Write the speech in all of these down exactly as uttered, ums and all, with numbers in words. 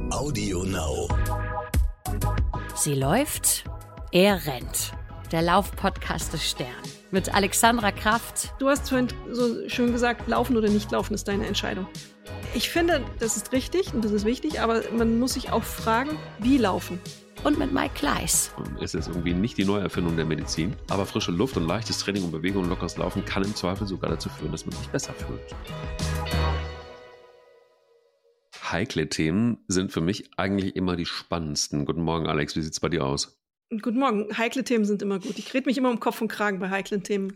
Audio Now. Sie läuft, er rennt. Der Lauf-Podcast des Stern mit Alexandra Kraft. Du hast vorhin so schön gesagt, laufen oder nicht laufen ist deine Entscheidung. Ich finde, das ist richtig und das ist wichtig, aber man muss sich auch fragen, wie laufen. Und mit Mike Kleiss. Es ist irgendwie nicht die Neuerfindung der Medizin, aber frische Luft und leichtes Training und Bewegung und lockeres Laufen kann im Zweifel sogar dazu führen, dass man sich besser fühlt. Heikle Themen sind für mich eigentlich immer die spannendsten. Guten Morgen, Alex, wie sieht es bei dir aus? Guten Morgen, heikle Themen sind immer gut. Ich rede mich immer um Kopf und Kragen bei heiklen Themen.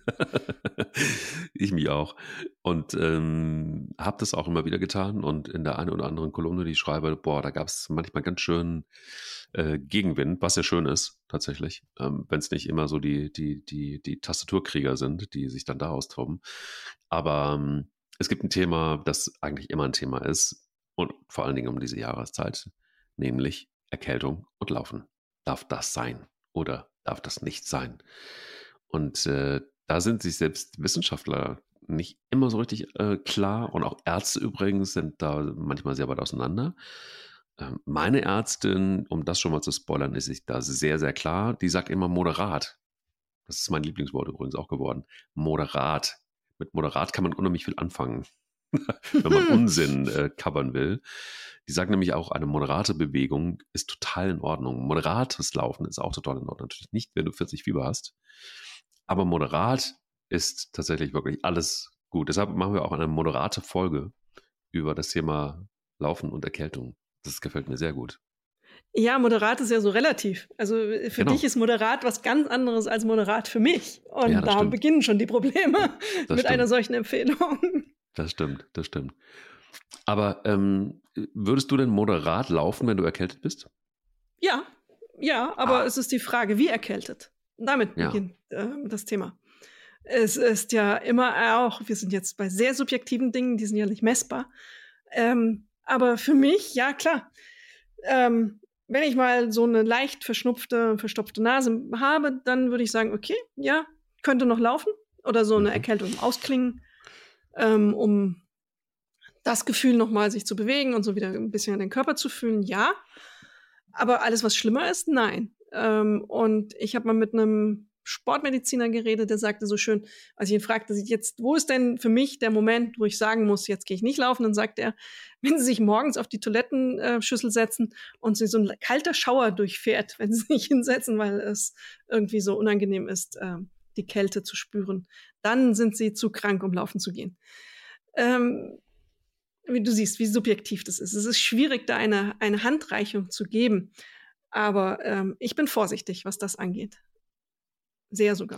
Ich mich auch. Und ähm, habe das auch immer wieder getan. Und in der einen oder anderen Kolumne, die ich schreibe, boah, da gab es manchmal ganz schön äh, Gegenwind, was ja schön ist, tatsächlich. Ähm, wenn es nicht immer so die, die, die, die Tastaturkrieger sind, die sich dann da austoben. Aber ähm, es gibt ein Thema, das eigentlich immer ein Thema ist. Und vor allen Dingen um diese Jahreszeit, nämlich Erkältung und Laufen. Darf das sein oder darf das nicht sein? Und äh, da sind sich selbst Wissenschaftler nicht immer so richtig äh, klar und auch Ärzte übrigens sind da manchmal sehr weit auseinander. Ähm, meine Ärztin, um das schon mal zu spoilern, ist sich da sehr, sehr klar. Die sagt immer moderat. Das ist mein Lieblingswort übrigens auch geworden. Moderat. Mit moderat kann man unheimlich viel anfangen, wenn man Unsinn äh, covern will. Die sagen nämlich auch, eine moderate Bewegung ist total in Ordnung. Moderates Laufen ist auch total in Ordnung. Natürlich nicht, wenn du vierzig Fieber hast. Aber moderat ist tatsächlich wirklich alles gut. Deshalb machen wir auch eine moderate Folge über das Thema Laufen und Erkältung. Das gefällt mir sehr gut. Ja, moderat ist ja so relativ. Also für Genau. dich ist moderat was ganz anderes als moderat für mich. Und Ja, das da stimmt. beginnen schon die Probleme Das mit stimmt. einer solchen Empfehlung. Das stimmt, das stimmt. Aber ähm, würdest du denn moderat laufen, wenn du erkältet bist? Ja, ja, aber Ah. es ist die Frage, wie erkältet. Damit Ja. beginnt äh, das Thema. Es ist ja immer auch, wir sind jetzt bei sehr subjektiven Dingen, die sind ja nicht messbar. Ähm, aber für mich, ja klar, ähm, wenn ich mal so eine leicht verschnupfte, verstopfte Nase habe, dann würde ich sagen, okay, ja, könnte noch laufen. Oder so eine Mhm. Erkältung ausklingen, ähm, um das Gefühl nochmal sich zu bewegen und so wieder ein bisschen an den Körper zu fühlen, ja. Aber alles, was schlimmer ist, nein. Ähm, und ich habe mal mit einem Sportmediziner geredet, der sagte so schön, als ich ihn fragte, jetzt, wo ist denn für mich der Moment, wo ich sagen muss, jetzt gehe ich nicht laufen? Dann sagt er, wenn Sie sich morgens auf die Toilettenschüssel setzen und Sie so ein kalter Schauer durchfährt, wenn Sie sich hinsetzen, weil es irgendwie so unangenehm ist, äh, die Kälte zu spüren, dann sind Sie zu krank, um laufen zu gehen. Ähm, wie du siehst, wie subjektiv das ist. Es ist schwierig, da eine, eine Handreichung zu geben. Aber ähm, ich bin vorsichtig, was das angeht. Sehr sogar.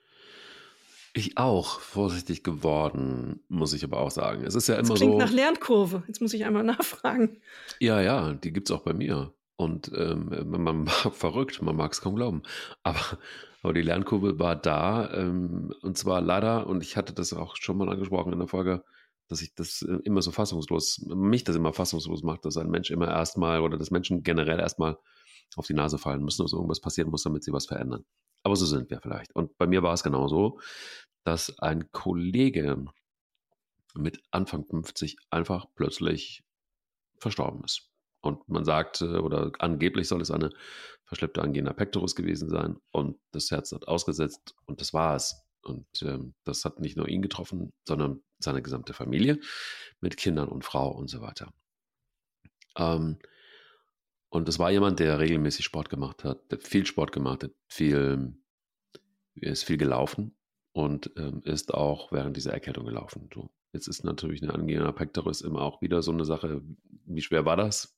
Ich auch vorsichtig geworden, muss ich aber auch sagen. Es ist ja Das immer klingt so. nach Lernkurve. Jetzt muss ich einmal nachfragen. Ja, ja, die gibt's auch bei mir. Und ähm, man mag verrückt, man mag es kaum glauben. Aber, aber die Lernkurve war da. Ähm, und zwar leider, und ich hatte das auch schon mal angesprochen in der Folge, dass ich das äh, immer so fassungslos, mich das immer fassungslos macht, dass ein Mensch immer erstmal oder dass Menschen generell erstmal auf die Nase fallen müssen, dass irgendwas passieren muss, damit sie was verändern. Aber so sind wir vielleicht. Und bei mir war es genauso, dass ein Kollege mit Anfang fünfzig einfach plötzlich verstorben ist. Und man sagt, äh, oder angeblich soll es eine verschleppte Angina pectoris gewesen sein und das Herz hat ausgesetzt und das war es. Und ähm, das hat nicht nur ihn getroffen, sondern seine gesamte Familie mit Kindern und Frau und so weiter. Ähm, und das war jemand, der regelmäßig Sport gemacht hat, der viel Sport gemacht hat, viel, ist viel gelaufen und ähm, ist auch während dieser Erkältung gelaufen. So. Jetzt ist natürlich eine Angina pectoris immer auch wieder so eine Sache, wie schwer war das?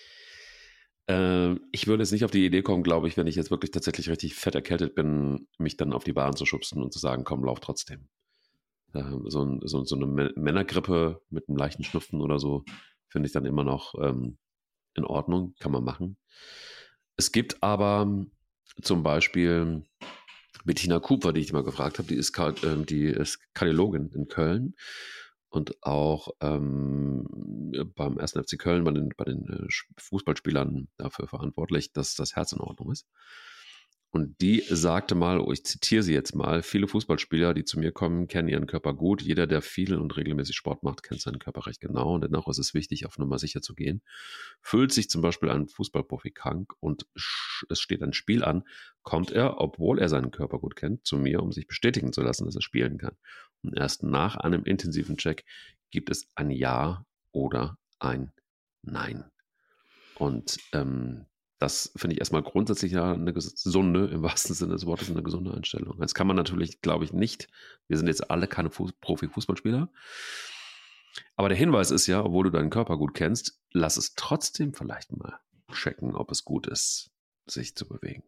Äh, ich würde jetzt nicht auf die Idee kommen, glaube ich, wenn ich jetzt wirklich tatsächlich richtig fett erkältet bin, mich dann auf die Bahn zu schubsen und zu sagen, komm, lauf trotzdem. Äh, so, ein, so, so eine Männergrippe mit einem leichten Schnupfen oder so finde ich dann immer noch ähm, in Ordnung, kann man machen. Es gibt aber zum Beispiel Bettina Cooper, die ich mal gefragt habe, die ist, äh, die ist Kardiologin in Köln und auch ähm, beim ersten F C Köln bei den, bei den äh, Fußballspielern dafür verantwortlich, dass das Herz in Ordnung ist. Und die sagte mal, oh, ich zitiere sie jetzt mal, viele Fußballspieler, die zu mir kommen, kennen ihren Körper gut. Jeder, der viel und regelmäßig Sport macht, kennt seinen Körper recht genau. Und dennoch ist es wichtig, auf Nummer sicher zu gehen. Fühlt sich zum Beispiel ein Fußballprofi krank und es steht ein Spiel an, kommt er, obwohl er seinen Körper gut kennt, zu mir, um sich bestätigen zu lassen, dass er spielen kann. Und erst nach einem intensiven Check gibt es ein Ja oder ein Nein. Und ähm, das finde ich erstmal grundsätzlich ja eine gesunde, im wahrsten Sinne des Wortes, eine gesunde Einstellung. Jetzt kann man natürlich, glaube ich, nicht, wir sind jetzt alle keine Fuß- Profi-Fußballspieler, aber der Hinweis ist ja, obwohl du deinen Körper gut kennst, lass es trotzdem vielleicht mal checken, ob es gut ist, sich zu bewegen.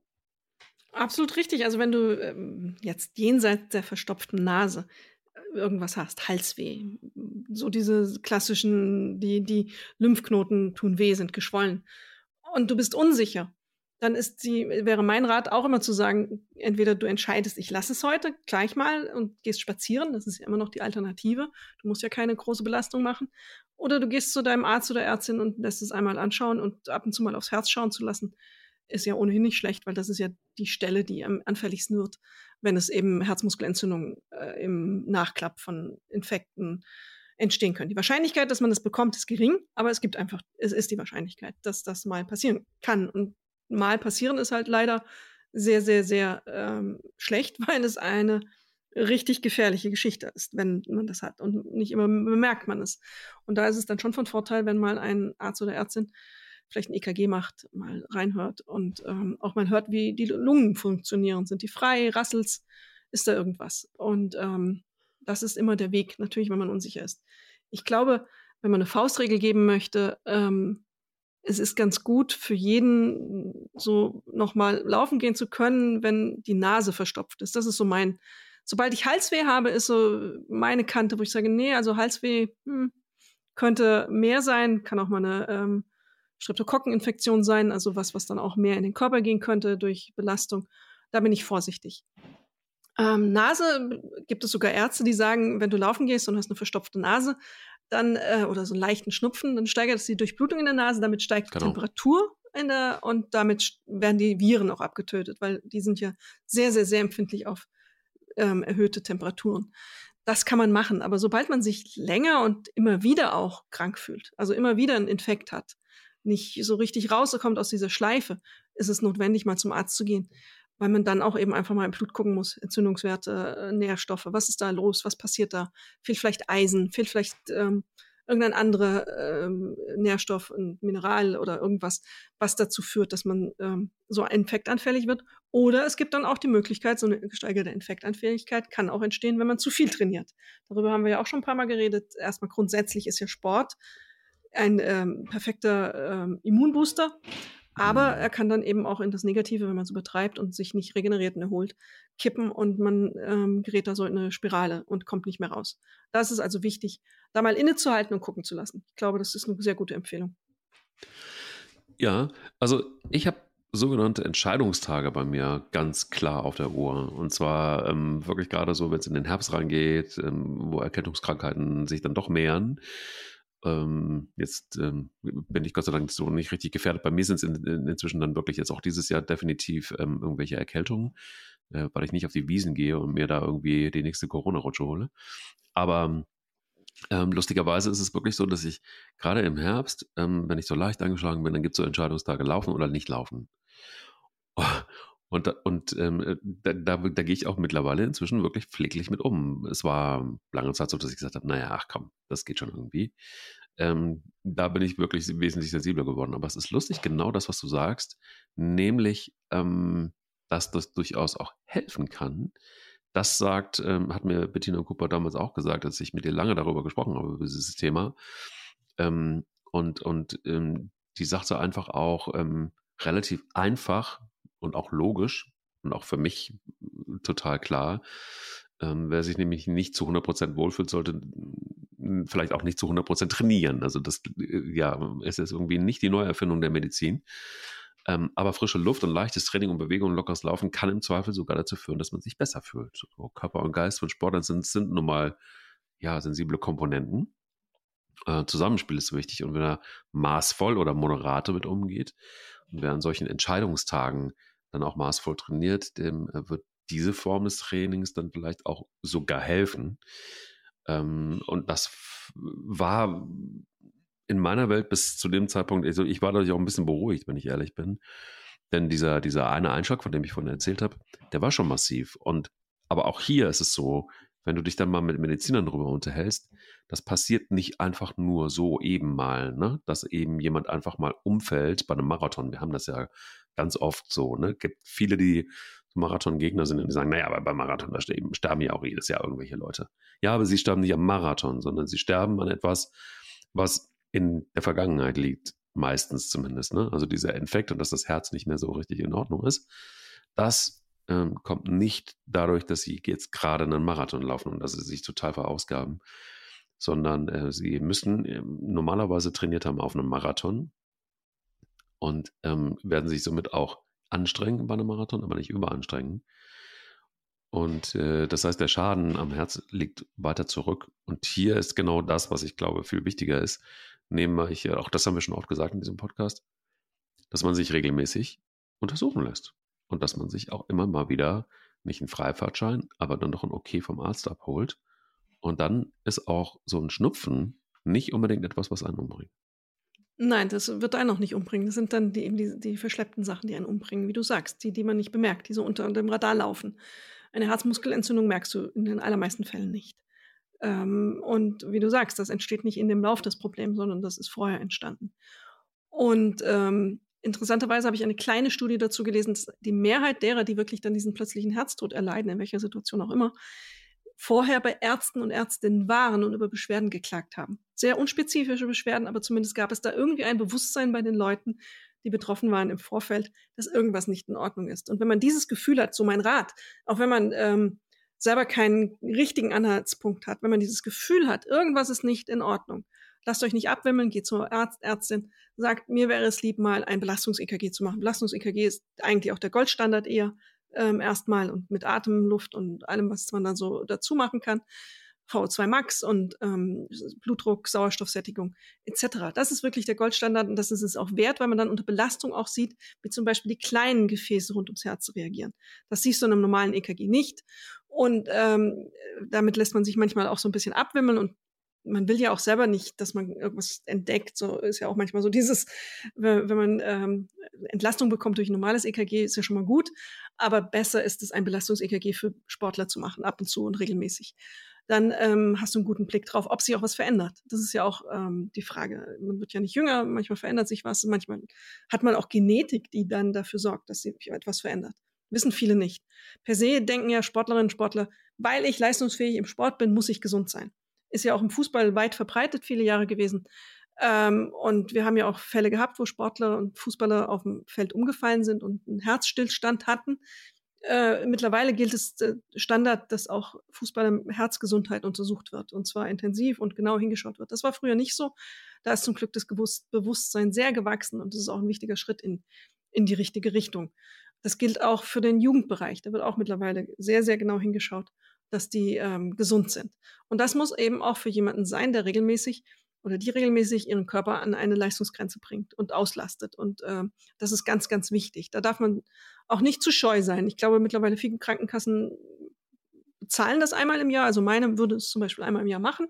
Absolut richtig. Also wenn du ähm, jetzt jenseits der verstopften Nase äh, irgendwas hast, Halsweh, so diese klassischen, die, die Lymphknoten tun weh, sind geschwollen und du bist unsicher, dann ist die, wäre mein Rat auch immer zu sagen, entweder du entscheidest, ich lasse es heute gleich mal und gehst spazieren, das ist ja immer noch die Alternative, du musst ja keine große Belastung machen, oder du gehst zu deinem Arzt oder Ärztin und lässt es einmal anschauen und ab und zu mal aufs Herz schauen zu lassen, ist ja ohnehin nicht schlecht, weil das ist ja die Stelle, die am anfälligsten wird, wenn es eben Herzmuskelentzündungen äh, im Nachklapp von Infekten entstehen können. Die Wahrscheinlichkeit, dass man das bekommt, ist gering, aber es gibt einfach, es ist die Wahrscheinlichkeit, dass das mal passieren kann. Und mal passieren ist halt leider sehr, sehr, sehr ähm, schlecht, weil es eine richtig gefährliche Geschichte ist, wenn man das hat. Und nicht immer bemerkt man es. Und da ist es dann schon von Vorteil, wenn mal ein Arzt oder Ärztin vielleicht ein E K G macht, mal reinhört und ähm, auch mal hört, wie die Lungen funktionieren. Sind die frei? Rasselt's? Ist da irgendwas? Und ähm, das ist immer der Weg, natürlich, wenn man unsicher ist. Ich glaube, wenn man eine Faustregel geben möchte, ähm, es ist ganz gut für jeden, so nochmal laufen gehen zu können, wenn die Nase verstopft ist. Das ist so mein, sobald ich Halsweh habe, ist so meine Kante, wo ich sage, nee, also Halsweh hm, könnte mehr sein, kann auch mal eine ähm, Streptokokkeninfektion sein, also was, was dann auch mehr in den Körper gehen könnte durch Belastung. Da bin ich vorsichtig. Ähm, Nase gibt es sogar Ärzte, die sagen, wenn du laufen gehst und hast eine verstopfte Nase, dann äh, oder so einen leichten Schnupfen, dann steigert es die Durchblutung in der Nase, damit steigt Genau. die Temperatur in der und damit werden die Viren auch abgetötet, weil die sind ja sehr, sehr, sehr empfindlich auf ähm, erhöhte Temperaturen. Das kann man machen, aber sobald man sich länger und immer wieder auch krank fühlt, also immer wieder einen Infekt hat, nicht so richtig rauskommt aus dieser Schleife, ist es notwendig, mal zum Arzt zu gehen, weil man dann auch eben einfach mal im Blut gucken muss, Entzündungswerte, äh, Nährstoffe, was ist da los, was passiert da? Fehlt vielleicht Eisen, fehlt vielleicht ähm, irgendein anderer ähm, Nährstoff, ein Mineral oder irgendwas, was dazu führt, dass man ähm, so infektanfällig wird. Oder es gibt dann auch die Möglichkeit, so eine gesteigerte Infektanfälligkeit kann auch entstehen, wenn man zu viel trainiert. Darüber haben wir ja auch schon ein paar Mal geredet. Erstmal grundsätzlich ist ja Sport ein ähm, perfekter ähm, Immunbooster. Aber er kann dann eben auch in das Negative, wenn man es übertreibt und sich nicht regeneriert und erholt, kippen und man ähm, gerät da so in eine Spirale und kommt nicht mehr raus. Da ist es also wichtig, da mal innezuhalten und gucken zu lassen. Ich glaube, das ist eine sehr gute Empfehlung. Ja, also ich habe sogenannte Entscheidungstage bei mir ganz klar auf der Uhr. Und zwar ähm, wirklich gerade so, wenn es in den Herbst reingeht, ähm, wo Erkältungskrankheiten sich dann doch mehren. Ähm, jetzt ähm, bin ich Gott sei Dank so nicht richtig gefährdet. Bei mir sind es in, in, inzwischen dann wirklich jetzt auch dieses Jahr definitiv ähm, irgendwelche Erkältungen, äh, weil ich nicht auf die Wiesen gehe und mir da irgendwie die nächste Corona-Rutsche hole. Aber ähm, lustigerweise ist es wirklich so, dass ich gerade im Herbst, ähm, wenn ich so leicht angeschlagen bin, dann gibt es so Entscheidungstage, laufen oder nicht laufen. Und, und ähm, da, da, da gehe ich auch mittlerweile inzwischen wirklich pfleglich mit um. Es war lange Zeit so, dass ich gesagt habe, naja, ach komm, das geht schon irgendwie. Ähm, da bin ich wirklich wesentlich sensibler geworden. Aber es ist lustig, genau das, was du sagst, nämlich, ähm, dass das durchaus auch helfen kann. Das sagt, ähm, hat mir Bettina Cooper damals auch gesagt, als ich mit ihr lange darüber gesprochen habe, über dieses Thema. Ähm, und und ähm, die sagte einfach auch ähm, relativ einfach und auch logisch und auch für mich total klar, ähm, wer sich nämlich nicht zu hundert Prozent wohlfühlt, sollte vielleicht auch nicht zu hundert Prozent trainieren. Also das ja, es ist irgendwie nicht die Neuerfindung der Medizin. Ähm, aber frische Luft und leichtes Training und Bewegung und lockeres Laufen kann im Zweifel sogar dazu führen, dass man sich besser fühlt. So, Körper und Geist von Sportlern sind, sind nun mal ja, sensible Komponenten. Äh, Zusammenspiel ist wichtig und wenn er maßvoll oder moderat damit umgeht und wer an solchen Entscheidungstagen dann auch maßvoll trainiert, dem äh, wird diese Form des Trainings dann vielleicht auch sogar helfen. Ähm, und das f- war in meiner Welt bis zu dem Zeitpunkt, also ich war dadurch auch ein bisschen beruhigt, wenn ich ehrlich bin. Denn dieser, dieser eine Einschlag, von dem ich vorhin erzählt habe, der war schon massiv. Und aber auch hier ist es so, wenn du dich dann mal mit Medizinern darüber unterhältst, das passiert nicht einfach nur so eben mal, ne? Dass eben jemand einfach mal umfällt bei einem Marathon. Wir haben das ja ganz oft so, ne? Gibt viele, die so Marathon-Gegner sind und die sagen, naja, aber beim Marathon, da sterben, sterben ja auch jedes Jahr irgendwelche Leute. Ja, aber sie sterben nicht am Marathon, sondern sie sterben an etwas, was in der Vergangenheit liegt, meistens zumindest, ne? Also dieser Infekt und dass das Herz nicht mehr so richtig in Ordnung ist, das ähm, kommt nicht dadurch, dass sie jetzt gerade einen Marathon laufen und dass sie sich total verausgaben, sondern äh, sie müssen äh, normalerweise trainiert haben auf einem Marathon und ähm, werden sich somit auch anstrengen bei einem Marathon, aber nicht überanstrengen. Und äh, das heißt, der Schaden am Herz liegt weiter zurück. Und hier ist genau das, was ich glaube, viel wichtiger ist. Nämlich, auch das haben wir schon oft gesagt in diesem Podcast, dass man sich regelmäßig untersuchen lässt. Und dass man sich auch immer mal wieder nicht einen Freifahrtschein, aber dann doch ein Okay vom Arzt abholt. Und dann ist auch so ein Schnupfen nicht unbedingt etwas, was einen umbringt. Nein, das wird einen auch nicht umbringen. Das sind dann die, eben die, die verschleppten Sachen, die einen umbringen, wie du sagst, die, die man nicht bemerkt, die so unter dem Radar laufen. Eine Herzmuskelentzündung merkst du in den allermeisten Fällen nicht. Ähm, und wie du sagst, das entsteht nicht in dem Lauf des Problems, sondern das ist vorher entstanden. Und ähm, interessanterweise habe ich eine kleine Studie dazu gelesen, dass die Mehrheit derer, die wirklich dann diesen plötzlichen Herztod erleiden, in welcher Situation auch immer, vorher bei Ärzten und Ärztinnen waren und über Beschwerden geklagt haben. Sehr unspezifische Beschwerden, aber zumindest gab es da irgendwie ein Bewusstsein bei den Leuten, die betroffen waren im Vorfeld, dass irgendwas nicht in Ordnung ist. Und wenn man dieses Gefühl hat, so mein Rat, auch wenn man ähm, selber keinen richtigen Anhaltspunkt hat, wenn man dieses Gefühl hat, irgendwas ist nicht in Ordnung, lasst euch nicht abwimmeln, geht zur Arzt, Ärztin, sagt, mir wäre es lieb, mal ein Belastungs-E K G zu machen. Belastungs-E K G ist eigentlich auch der Goldstandard eher ähm, erstmal und mit Atemluft und allem, was man dann so dazu machen kann. V O zwei Max und ähm, Blutdruck, Sauerstoffsättigung et cetera. Das ist wirklich der Goldstandard und das ist es auch wert, weil man dann unter Belastung auch sieht, wie zum Beispiel die kleinen Gefäße rund ums Herz reagieren. Das siehst du in einem normalen E K G nicht und ähm, damit lässt man sich manchmal auch so ein bisschen abwimmeln und man will ja auch selber nicht, dass man irgendwas entdeckt. So ist ja auch manchmal so dieses, wenn man ähm, Entlastung bekommt durch ein normales E K G, ist ja schon mal gut. Aber besser ist es, ein Belastungs-E K G für Sportler zu machen, ab und zu und regelmäßig. Dann ähm, hast du einen guten Blick drauf, ob sich auch was verändert. Das ist ja auch ähm, die Frage. Man wird ja nicht jünger, manchmal verändert sich was. Manchmal hat man auch Genetik, die dann dafür sorgt, dass sich etwas verändert. Wissen viele nicht. Per se denken ja Sportlerinnen und Sportler, weil ich leistungsfähig im Sport bin, muss ich gesund sein. Ist ja auch im Fußball weit verbreitet, viele Jahre gewesen. Ähm, und wir haben ja auch Fälle gehabt, wo Sportler und Fußballer auf dem Feld umgefallen sind und einen Herzstillstand hatten. Äh, mittlerweile gilt es äh, Standard, dass auch Fußballer-Herzgesundheit untersucht wird. Und zwar intensiv und genau hingeschaut wird. Das war früher nicht so. Da ist zum Glück das Gewusst- Bewusstsein sehr gewachsen und das ist auch ein wichtiger Schritt in, in die richtige Richtung. Das gilt auch für den Jugendbereich. Da wird auch mittlerweile sehr, sehr genau hingeschaut, dass die ähm, gesund sind. Und das muss eben auch für jemanden sein, der regelmäßig oder die regelmäßig ihren Körper an eine Leistungsgrenze bringt und auslastet. Und ähm, das ist ganz, ganz wichtig. Da darf man auch nicht zu scheu sein. Ich glaube, mittlerweile viele Krankenkassen bezahlen das einmal im Jahr. Also meine würde es zum Beispiel einmal im Jahr machen.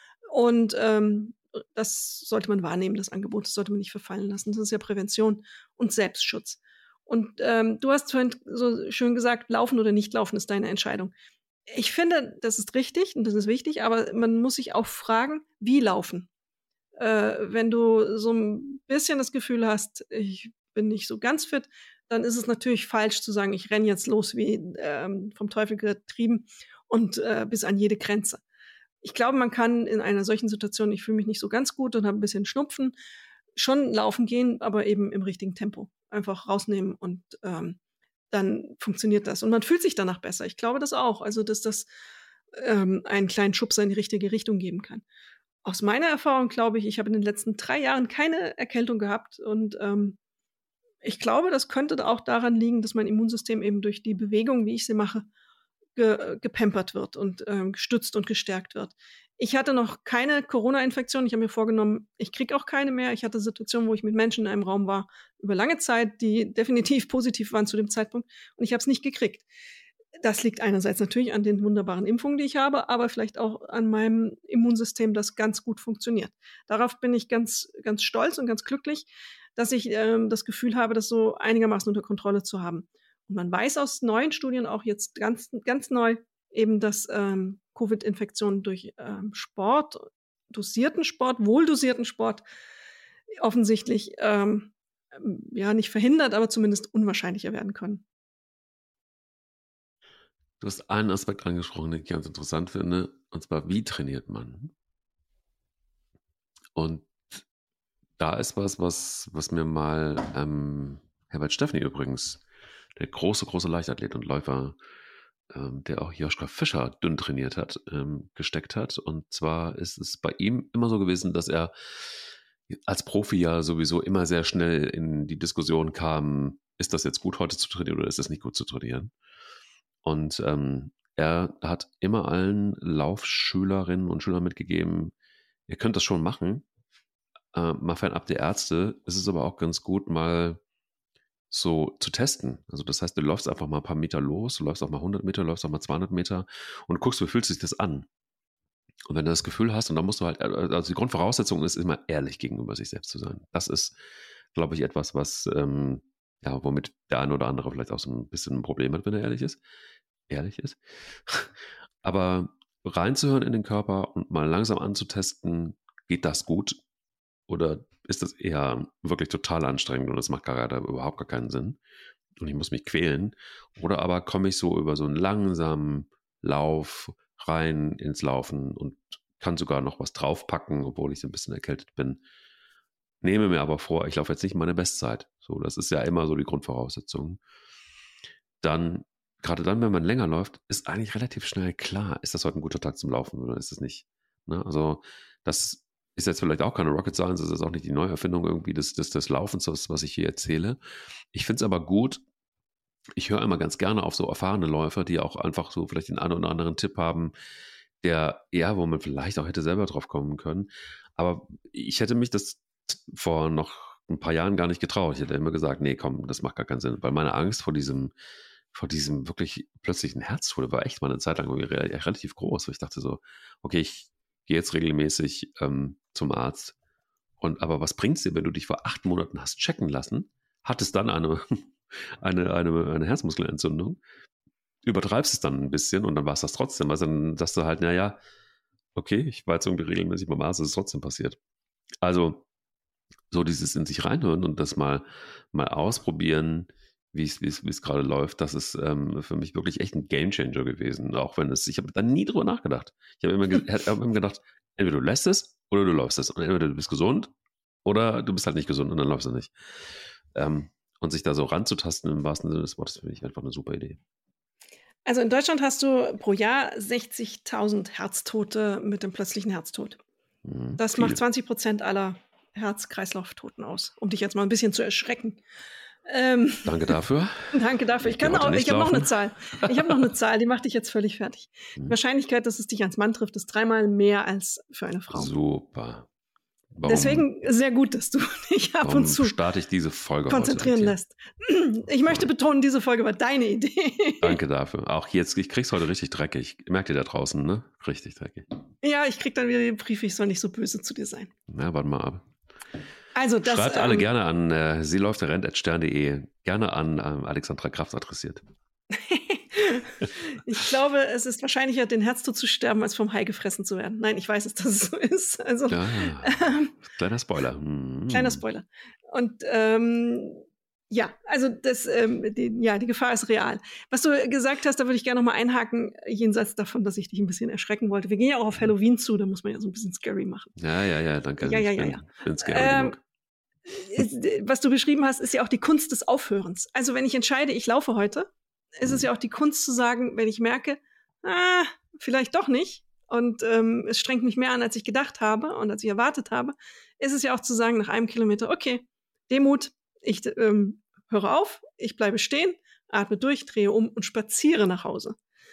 Und ähm, das sollte man wahrnehmen, das Angebot. Das sollte man nicht verfallen lassen. Das ist ja Prävention und Selbstschutz. Und ähm, du hast vorhin so schön gesagt, laufen oder nicht laufen ist deine Entscheidung. Ich finde, das ist richtig und das ist wichtig, aber man muss sich auch fragen, wie laufen. Äh, wenn du so ein bisschen das Gefühl hast, ich bin nicht so ganz fit, dann ist es natürlich falsch zu sagen, ich renne jetzt los wie ähm, vom Teufel getrieben und äh, bis an jede Grenze. Ich glaube, man kann in einer solchen Situation, ich fühle mich nicht so ganz gut und habe ein bisschen Schnupfen, schon laufen gehen, aber eben im richtigen Tempo. Einfach rausnehmen und ähm, dann funktioniert das. Und man fühlt sich danach besser. Ich glaube das auch. Also, dass das ähm, einen kleinen Schubser in die richtige Richtung geben kann. Aus meiner Erfahrung glaube ich, ich habe in den letzten drei Jahren keine Erkältung gehabt. Und ähm, ich glaube, das könnte auch daran liegen, dass mein Immunsystem eben durch die Bewegung, wie ich sie mache, ge gepampert wird und ähm, gestützt und gestärkt wird. Ich hatte noch keine Corona-Infektion. Ich habe mir vorgenommen, ich kriege auch keine mehr. Ich hatte Situationen, wo ich mit Menschen in einem Raum war, über lange Zeit, die definitiv positiv waren zu dem Zeitpunkt. Und ich habe es nicht gekriegt. Das liegt einerseits natürlich an den wunderbaren Impfungen, die ich habe, aber vielleicht auch an meinem Immunsystem, das ganz gut funktioniert. Darauf bin ich ganz, ganz stolz und ganz glücklich, dass ich ähm, das Gefühl habe, das so einigermaßen unter Kontrolle zu haben. Und man weiß aus neuen Studien auch jetzt ganz, ganz neu eben, dass ähm, Covid-Infektionen durch ähm, Sport, dosierten Sport, wohldosierten Sport offensichtlich ähm, ja nicht verhindert, aber zumindest unwahrscheinlicher werden können. Du hast einen Aspekt angesprochen, den ich ganz interessant finde, und zwar, wie trainiert man? Und da ist was, was, was mir mal ähm, Herbert Steffny übrigens, der große, große Leichtathlet und Läufer, ähm, der auch Joschka Fischer dünn trainiert hat, ähm, gesteckt hat. Und zwar ist es bei ihm immer so gewesen, dass er als Profi ja sowieso immer sehr schnell in die Diskussion kam, ist das jetzt gut heute zu trainieren oder ist das nicht gut zu trainieren? Und ähm, er hat immer allen Laufschülerinnen und Schülern mitgegeben, ihr könnt das schon machen, äh, mal fernab der Ärzte, es ist aber auch ganz gut, mal so zu testen. Also das heißt, du läufst einfach mal ein paar Meter los, du läufst auch mal hundert Meter, läufst auch mal zweihundert Meter und guckst, wie fühlt sich das an? Und wenn du das Gefühl hast, und dann musst du halt, also die Grundvoraussetzung ist immer ehrlich gegenüber sich selbst zu sein. Das ist, glaube ich, etwas, was, ähm, ja, womit der eine oder andere vielleicht auch so ein bisschen ein Problem hat, wenn er ehrlich ist. Ehrlich ist. Aber reinzuhören in den Körper und mal langsam anzutesten, geht das gut? Oder ist das eher wirklich total anstrengend und es macht gerade überhaupt gar keinen Sinn und ich muss mich quälen? Oder aber komme ich so über so einen langsamen Lauf rein ins Laufen und kann sogar noch was draufpacken, obwohl ich so ein bisschen erkältet bin. Nehme mir aber vor, ich laufe jetzt nicht meine Bestzeit. So, das ist ja immer so die Grundvoraussetzung. Dann, gerade dann, wenn man länger läuft, ist eigentlich relativ schnell klar, ist das heute ein guter Tag zum Laufen oder ist es nicht? Ne? Also das ist jetzt vielleicht auch keine Rocket Science, das ist auch nicht die Neuerfindung irgendwie des, des, des Laufens, was, was ich hier erzähle. Ich finde es aber gut, ich höre immer ganz gerne auf so erfahrene Läufer, die auch einfach so vielleicht den einen oder anderen Tipp haben, der, ja, wo man vielleicht auch hätte selber drauf kommen können. Aber ich hätte mich das vor noch ein paar Jahren gar nicht getraut. Ich hätte immer gesagt, nee, komm, das macht gar keinen Sinn. Weil meine Angst vor diesem, vor diesem wirklich plötzlichen Herztod war echt mal eine Zeit lang relativ groß. Weil ich dachte so, okay, ich gehe jetzt regelmäßig ähm, zum Arzt. Und aber was bringt's dir, wenn du dich vor acht Monaten hast checken lassen, hattest dann eine Eine, eine, eine Herzmuskelentzündung, übertreibst es dann ein bisschen und dann war es das trotzdem. Also dann sagst du halt, naja, okay, ich war jetzt irgendwie regelmäßig beim Arzt, es ist trotzdem passiert. Also so dieses in sich reinhören und das mal, mal ausprobieren, wie es, wie es, wie es gerade läuft, das ist ähm, für mich wirklich echt ein Gamechanger gewesen. Auch wenn es, ich habe da nie drüber nachgedacht. Ich habe immer, ge- hab immer gedacht, entweder du lässt es oder du läufst es. Und entweder du bist gesund oder du bist halt nicht gesund und dann läufst du nicht. Ähm, Und sich da so ranzutasten im wahrsten Sinne des Wortes, finde ich einfach eine super Idee. Also in Deutschland hast du pro Jahr sechzigtausend Herztote mit dem plötzlichen Herztod. Hm, das viel. macht zwanzig Prozent aller Herz-Kreislauf-Toten aus, um dich jetzt mal ein bisschen zu erschrecken. Ähm, Danke dafür. Danke dafür. Ich, Ich kann kann auch, heute ich nicht habe noch eine laufen. Zahl. Ich habe noch eine Zahl, die macht dich jetzt völlig fertig. Die Hm. Wahrscheinlichkeit, dass es dich als Mann trifft, ist dreimal mehr als für eine Frau. Super. Warum, Deswegen sehr gut, dass du dich ab warum und zu starte ich diese Folge konzentrieren heute lässt. Ich möchte betonen, diese Folge war deine Idee. Danke dafür. Auch jetzt, ich krieg's heute richtig dreckig. Merkt ihr da draußen, ne? Richtig dreckig. Ja, ich krieg dann wieder den Brief, ich soll nicht so böse zu dir sein. Na, warte mal ab. Also das, Schreibt alle ähm, gerne an äh, sie läuft rennt at stern punkt de, gerne an ähm, Alexandra Kraft adressiert. Ich glaube, es ist wahrscheinlicher, den Herztod zu sterben, als vom Hai gefressen zu werden. Nein, ich weiß es, dass es so ist. Also, Ja, ähm, kleiner Spoiler. Hm. kleiner Spoiler. Und ähm, ja, also das, ähm, die, ja, die Gefahr ist real. Was du gesagt hast, da würde ich gerne noch mal einhaken, jenseits davon, dass ich dich ein bisschen erschrecken wollte. Wir gehen ja auch auf Halloween zu, da muss man ja so ein bisschen scary machen. Ja, ja, ja, danke. Ja, ja, ich ja, bin, ja. bin scary Ähm, genug. ist, was du beschrieben hast, ist ja auch die Kunst des Aufhörens. Also wenn ich entscheide, ich laufe heute, ist es ja auch die Kunst zu sagen, wenn ich merke, ah, vielleicht doch nicht und ähm, es strengt mich mehr an, als ich gedacht habe und als ich erwartet habe, ist es ja auch zu sagen nach einem Kilometer, okay, Demut, ich ähm, höre auf, ich bleibe stehen, atme durch, drehe um und spaziere nach Hause.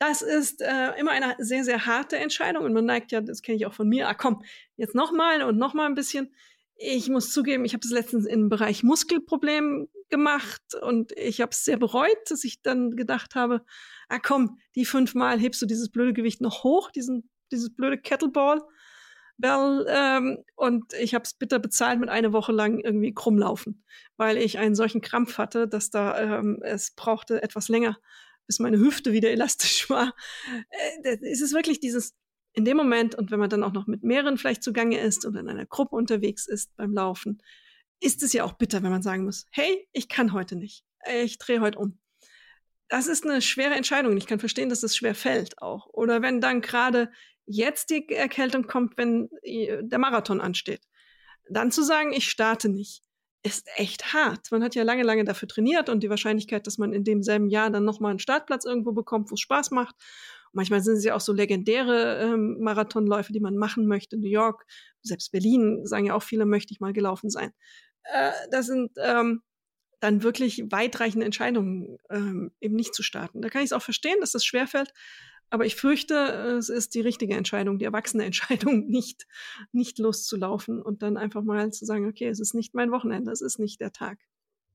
das ist äh, immer eine sehr, sehr harte Entscheidung. Und man neigt ja, das kenne ich auch von mir, ah komm, jetzt nochmal und nochmal ein bisschen. Ich muss zugeben, ich habe das letztens im Bereich Muskelproblem gemacht und ich habe es sehr bereut, dass ich dann gedacht habe, ah komm, die fünfmal hebst du dieses blöde Gewicht noch hoch, diesen, dieses blöde Kettleball. Bell, ähm, und ich habe es bitter bezahlt mit einer Woche lang irgendwie krummlaufen, weil ich einen solchen Krampf hatte, dass da ähm, es brauchte etwas länger, bis meine Hüfte wieder elastisch war. Äh, es ist wirklich dieses in dem Moment, und wenn man dann auch noch mit mehreren vielleicht zugange ist und in einer Gruppe unterwegs ist beim Laufen, ist es ja auch bitter, wenn man sagen muss, hey, ich kann heute nicht, ich drehe heute um. Das ist eine schwere Entscheidung und ich kann verstehen, dass es schwer fällt auch. Oder wenn dann gerade jetzt die Erkältung kommt, wenn der Marathon ansteht, dann zu sagen, ich starte nicht, ist echt hart. Man hat ja lange, lange dafür trainiert und die Wahrscheinlichkeit, dass man in demselben Jahr dann nochmal einen Startplatz irgendwo bekommt, wo es Spaß macht. Manchmal sind es ja auch so legendäre ähm, Marathonläufe, die man machen möchte. New York, selbst Berlin, sagen ja auch viele, möchte ich mal gelaufen sein. Äh, das sind ähm, dann wirklich weitreichende Entscheidungen, ähm, eben nicht zu starten. Da kann ich es auch verstehen, dass das schwerfällt. Aber ich fürchte, es ist die richtige Entscheidung, die erwachsene Entscheidung, nicht, nicht loszulaufen und dann einfach mal zu sagen, okay, es ist nicht mein Wochenende, es ist nicht der Tag.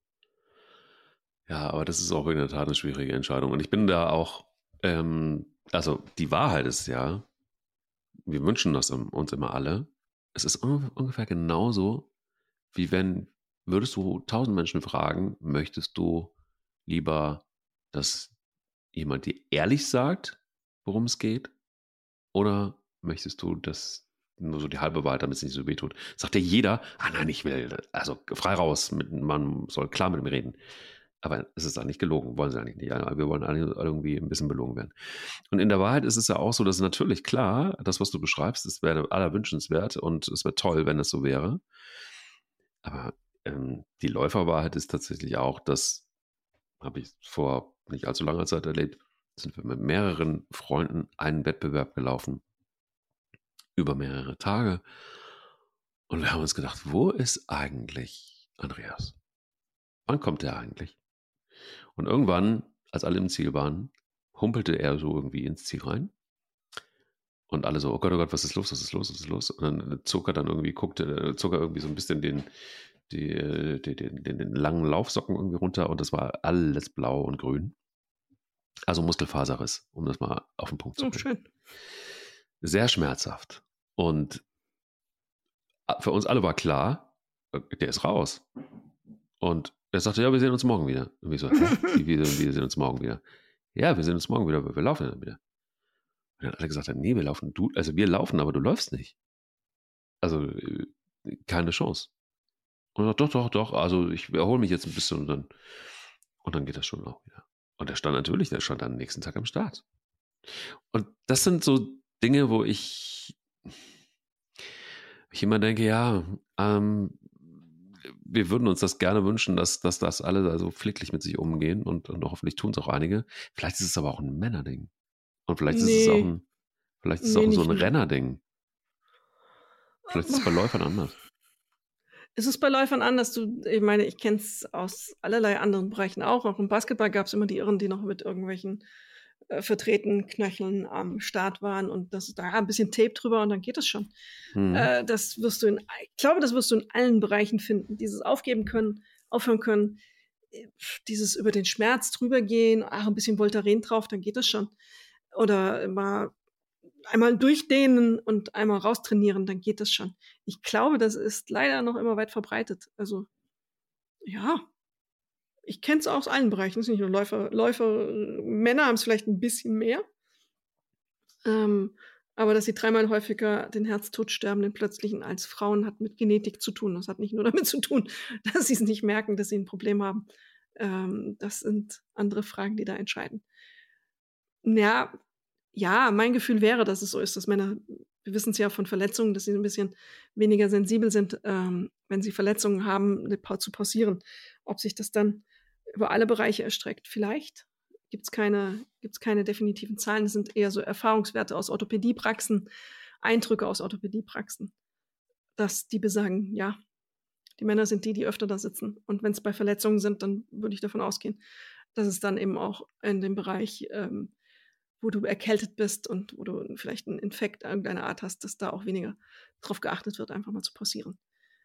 Ja, aber das ist auch in der Tat eine schwierige Entscheidung. Und ich bin da auch, ähm, also die Wahrheit ist ja, wir wünschen das uns immer alle. Es ist un- ungefähr genauso, wie wenn, würdest du tausend Menschen fragen, möchtest du lieber, dass jemand dir ehrlich sagt, worum es geht? Oder möchtest du das nur so die halbe Wahrheit, damit es nicht so wehtut? Sagt ja jeder, ah nein, ich will, also frei raus, mit, man soll klar mit mir reden. Aber es ist eigentlich gelogen, wollen sie eigentlich nicht. Wir wollen alle irgendwie ein bisschen belogen werden. Und in der Wahrheit ist es ja auch so, dass natürlich klar, das, was du beschreibst, das wäre allerwünschenswert und es wäre toll, wenn es so wäre. Aber ähm, die Läuferwahrheit ist tatsächlich auch, das habe ich vor nicht allzu langer Zeit erlebt, sind wir mit mehreren Freunden einen Wettbewerb gelaufen, über mehrere Tage. Und wir haben uns gedacht, wo ist eigentlich Andreas? Wann kommt der eigentlich? Und irgendwann, als alle im Ziel waren, humpelte er so irgendwie ins Ziel rein. Und alle so, oh Gott, oh Gott, was ist los, was ist los, was ist los? Und dann zog er dann irgendwie, guckte, zog er irgendwie so ein bisschen den, die, die, den, den, den langen Laufsocken irgendwie runter und das war alles blau und grün. Also Muskelfaserriss, um das mal auf den Punkt zu bringen. Oh, schön. Sehr schmerzhaft. Und für uns alle war klar, der ist raus. Und er sagte, ja, wir sehen uns morgen wieder. Und wir so, hä? Wie, wir, wir sehen uns morgen wieder. Ja, wir sehen uns morgen wieder, weil wir laufen dann wieder. Und dann hat alle gesagt, nee, wir laufen, du, also wir laufen, aber du läufst nicht. Also keine Chance. Und er sagt, doch, doch, doch, also ich erhole mich jetzt ein bisschen und dann, und dann geht das schon auch wieder. Und der stand natürlich, der stand dann am nächsten Tag am Start. Und das sind so Dinge, wo ich, ich immer denke, ja, ähm, wir würden uns das gerne wünschen, dass, dass das alle da so pfleglich mit sich umgehen und, und hoffentlich tun es auch einige. Vielleicht ist es aber auch ein Männerding. Und vielleicht nee. ist es auch ein, vielleicht ist es nee, auch so ein Rennerding. Vielleicht ist es bei Läufern anders. Es ist bei Läufern anders. Du, ich meine, ich kenne es aus allerlei anderen Bereichen auch. Auch im Basketball gab es immer die Irren, die noch mit irgendwelchen äh, verdrehten Knöcheln am Start waren und das ist da ein bisschen Tape drüber und dann geht es schon. Mhm. Äh, das wirst du in, ich glaube, das wirst du in allen Bereichen finden. Dieses Aufgeben können, aufhören können, dieses über den Schmerz drüber gehen, ach, ein bisschen Voltaren drauf, dann geht das schon. Oder mal einmal durchdehnen und einmal raustrainieren, dann geht das schon. Ich glaube, das ist leider noch immer weit verbreitet. Also, ja, ich kenne es aus allen Bereichen. Es ist nicht nur Läufer, Läufer, Männer haben es vielleicht ein bisschen mehr. Ähm, aber dass sie dreimal häufiger den Herztod sterben, den plötzlichen, als Frauen, hat mit Genetik zu tun. Das hat nicht nur damit zu tun, dass sie es nicht merken, dass sie ein Problem haben. Ähm, das sind andere Fragen, die da entscheiden. Ja, ja, mein Gefühl wäre, dass es so ist, dass Männer, wir wissen es ja von Verletzungen, dass sie ein bisschen weniger sensibel sind, ähm, wenn sie Verletzungen haben, zu pausieren. Ob sich das dann über alle Bereiche erstreckt, vielleicht. Gibt es keine, gibt's keine definitiven Zahlen. Das sind eher so Erfahrungswerte aus Orthopädiepraxen, Eindrücke aus Orthopädiepraxen, dass die besagen, ja, die Männer sind die, die öfter da sitzen. Und wenn es bei Verletzungen sind, dann würde ich davon ausgehen, dass es dann eben auch in dem Bereich ähm, wo du erkältet bist und wo du vielleicht einen Infekt irgendeiner Art hast, dass da auch weniger drauf geachtet wird, einfach mal zu pausieren.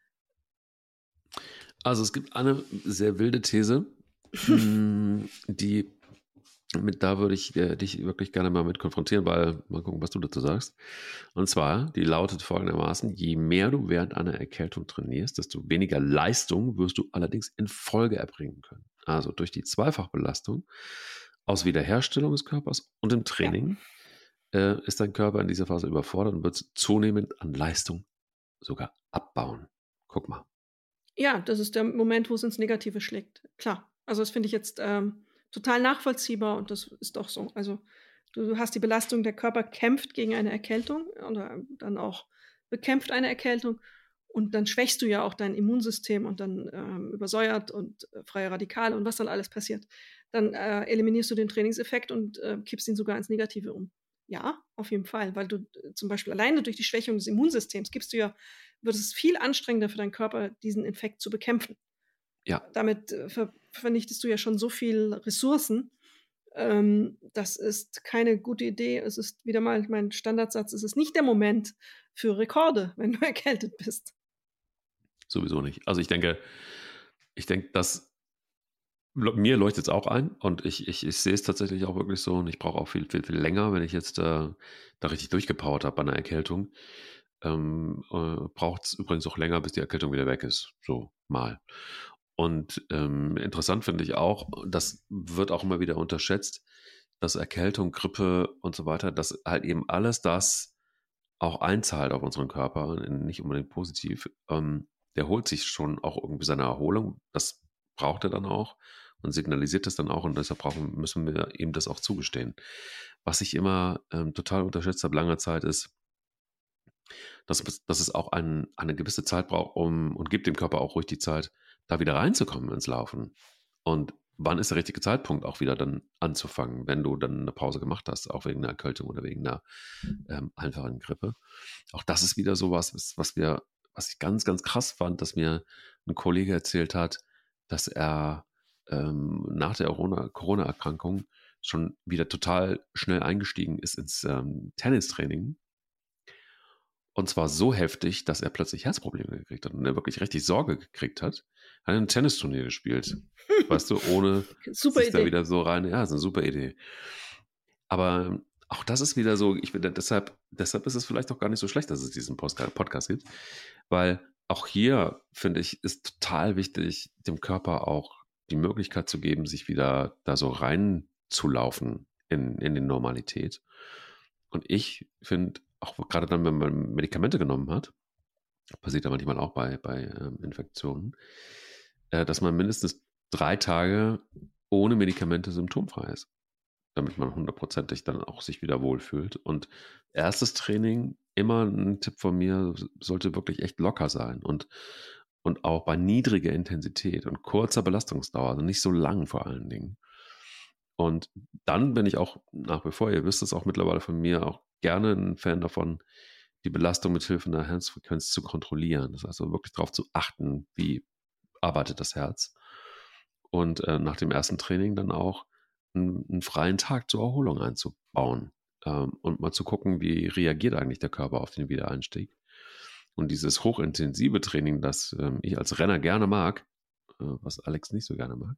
Also es gibt eine sehr wilde These, mh, die mit, da würde ich äh, dich wirklich gerne mal mit konfrontieren, weil mal gucken, was du dazu sagst. Und zwar, die lautet folgendermaßen: Je mehr du während einer Erkältung trainierst, desto weniger Leistung wirst du allerdings in Folge erbringen können. Also durch die Zweifachbelastung aus Wiederherstellung des Körpers und dem Training ja. äh, ist dein Körper in dieser Phase überfordert und wird zunehmend an Leistung sogar abbauen. Guck mal. Ja, das ist der Moment, wo es ins Negative schlägt. Klar. Also das finde ich jetzt ähm, total nachvollziehbar und das ist doch so. Also du, du hast die Belastung, der Körper kämpft gegen eine Erkältung oder dann auch bekämpft eine Erkältung und dann schwächst du ja auch dein Immunsystem und dann ähm, übersäuert und äh, freie Radikale und was dann alles passiert. Dann äh, eliminierst du den Trainingseffekt und äh, kippst ihn sogar ins Negative um. Ja, auf jeden Fall, weil du äh, zum Beispiel alleine durch die Schwächung des Immunsystems gibst du ja, wird es viel anstrengender für deinen Körper, diesen Infekt zu bekämpfen. Ja. Damit äh, ver- vernichtest du ja schon so viel Ressourcen. Ähm, das ist keine gute Idee. Es ist wieder mal mein Standardsatz, es ist nicht der Moment für Rekorde, wenn du erkältet bist. Sowieso nicht. Also ich denke, ich denke, dass mir leuchtet es auch ein und ich, ich, ich sehe es tatsächlich auch wirklich so und ich brauche auch viel, viel, viel länger, wenn ich jetzt äh, da richtig durchgepowert habe bei einer Erkältung. Ähm, äh, braucht es übrigens auch länger, bis die Erkältung wieder weg ist. So mal. Und ähm, interessant finde ich auch, das wird auch immer wieder unterschätzt, dass Erkältung, Grippe und so weiter, dass halt eben alles das auch einzahlt auf unseren Körper, nicht unbedingt positiv. Ähm, der holt sich schon auch irgendwie seine Erholung. Das braucht er dann auch und signalisiert das dann auch und deshalb brauchen, müssen wir ihm das auch zugestehen. Was ich immer ähm, total unterschätzt habe lange Zeit ist, dass, dass es auch ein, eine gewisse Zeit braucht, um und gibt dem Körper auch ruhig die Zeit, da wieder reinzukommen ins Laufen. Und wann ist der richtige Zeitpunkt, auch wieder dann anzufangen, wenn du dann eine Pause gemacht hast, auch wegen einer Erkältung oder wegen einer ähm, einfachen Grippe. Auch das ist wieder sowas, was, was wir, was ich ganz, ganz krass fand, dass mir ein Kollege erzählt hat, dass er ähm, nach der Corona-Erkrankung schon wieder total schnell eingestiegen ist ins ähm, Tennistraining. Und zwar so heftig, dass er plötzlich Herzprobleme gekriegt hat und er wirklich richtig Sorge gekriegt hat. Hat ein Tennisturnier gespielt, weißt du, ohne Super sich Idee. da wieder so rein. Ja, ist eine super Idee. Aber auch das ist wieder so, ich finde, deshalb, deshalb ist es vielleicht auch gar nicht so schlecht, dass es diesen Podcast gibt, weil auch hier, finde ich, ist total wichtig, dem Körper auch die Möglichkeit zu geben, sich wieder da so reinzulaufen in, in die Normalität. Und ich finde, auch gerade dann, wenn man Medikamente genommen hat, passiert ja manchmal auch bei, bei ähm, Infektionen, äh, dass man mindestens drei Tage ohne Medikamente symptomfrei ist, damit man hundertprozentig dann auch sich wieder wohlfühlt. Und erstes Training, immer ein Tipp von mir, sollte wirklich echt locker sein und, und auch bei niedriger Intensität und kurzer Belastungsdauer, also nicht so lang vor allen Dingen. Und dann bin ich auch nach wie vor, ihr wisst es auch mittlerweile von mir, auch gerne ein Fan davon, die Belastung mit Hilfe einer Herzfrequenz zu kontrollieren. Das heißt also wirklich darauf zu achten, wie arbeitet das Herz. Und äh, nach dem ersten Training dann auch einen, einen freien Tag zur Erholung einzubauen ähm, und mal zu gucken, wie reagiert eigentlich der Körper auf den Wiedereinstieg. Und dieses hochintensive Training, das ähm, ich als Renner gerne mag, äh, was Alex nicht so gerne mag,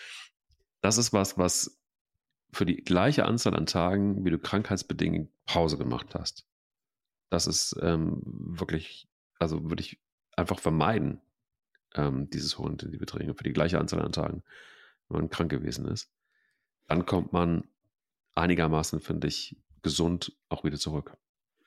das ist was, was für die gleiche Anzahl an Tagen, wie du krankheitsbedingt Pause gemacht hast. Das ist ähm, wirklich, also würde ich einfach vermeiden, ähm, dieses hochintensive Training für die gleiche Anzahl an Tagen, wenn man krank gewesen ist. Dann kommt man einigermaßen, finde ich, gesund auch wieder zurück.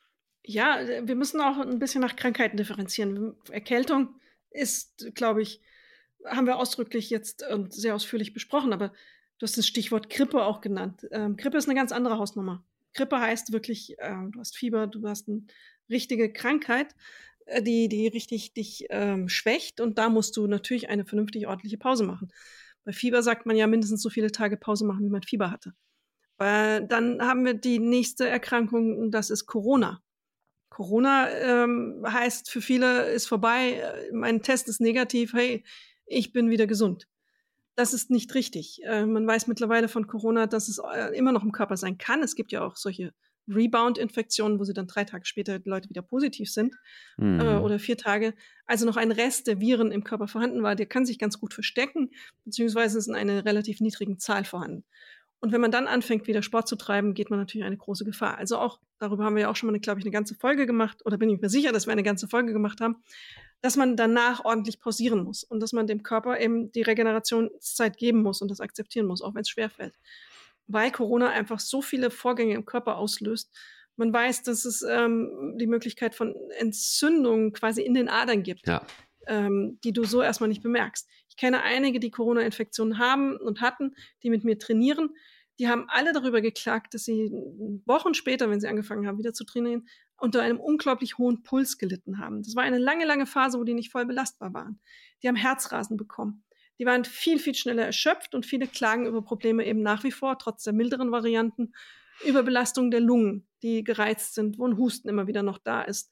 Ja, wir müssen auch ein bisschen nach Krankheiten differenzieren. Erkältung ist, glaube ich, haben wir ausdrücklich jetzt und sehr ausführlich besprochen, aber du hast das Stichwort Grippe auch genannt. Ähm, Grippe ist eine ganz andere Hausnummer. Grippe heißt wirklich, ähm, du hast Fieber, du hast eine richtige Krankheit, äh, die, die richtig dich ähm, schwächt und da musst du natürlich eine vernünftige, ordentliche Pause machen. Bei Fieber sagt man ja mindestens so viele Tage Pause machen, wie man Fieber hatte. Äh, dann haben wir die nächste Erkrankung und das ist Corona. Corona ähm, heißt für viele, ist vorbei, mein Test ist negativ, hey, ich bin wieder gesund. Das ist nicht richtig. Äh, man weiß mittlerweile von Corona, dass es äh, immer noch im Körper sein kann. Es gibt ja auch solche Rebound-Infektionen, wo sie dann drei Tage später die Leute wieder positiv sind Mhm. äh, oder vier Tage. Also noch ein Rest der Viren im Körper vorhanden war, der kann sich ganz gut verstecken, beziehungsweise ist in einer relativ niedrigen Zahl vorhanden. Und wenn man dann anfängt, wieder Sport zu treiben, geht man natürlich eine große Gefahr. Also auch, darüber haben wir ja auch schon mal, glaube ich, eine ganze Folge gemacht, oder bin ich mir sicher, dass wir eine ganze Folge gemacht haben, dass man danach ordentlich pausieren muss und dass man dem Körper eben die Regenerationszeit geben muss und das akzeptieren muss, auch wenn es schwerfällt. Weil Corona einfach so viele Vorgänge im Körper auslöst. Man weiß, dass es ähm, die Möglichkeit von Entzündungen quasi in den Adern gibt, Ja. ähm, die du so erstmal nicht bemerkst. Ich kenne einige, die Corona-Infektionen haben und hatten, die mit mir trainieren. Die haben alle darüber geklagt, dass sie Wochen später, wenn sie angefangen haben, wieder zu trainieren, unter einem unglaublich hohen Puls gelitten haben. Das war eine lange, lange Phase, wo die nicht voll belastbar waren. Die haben Herzrasen bekommen. Die waren viel, viel schneller erschöpft und viele klagen über Probleme eben nach wie vor, trotz der milderen Varianten, über Belastung der Lungen, die gereizt sind, wo ein Husten immer wieder noch da ist,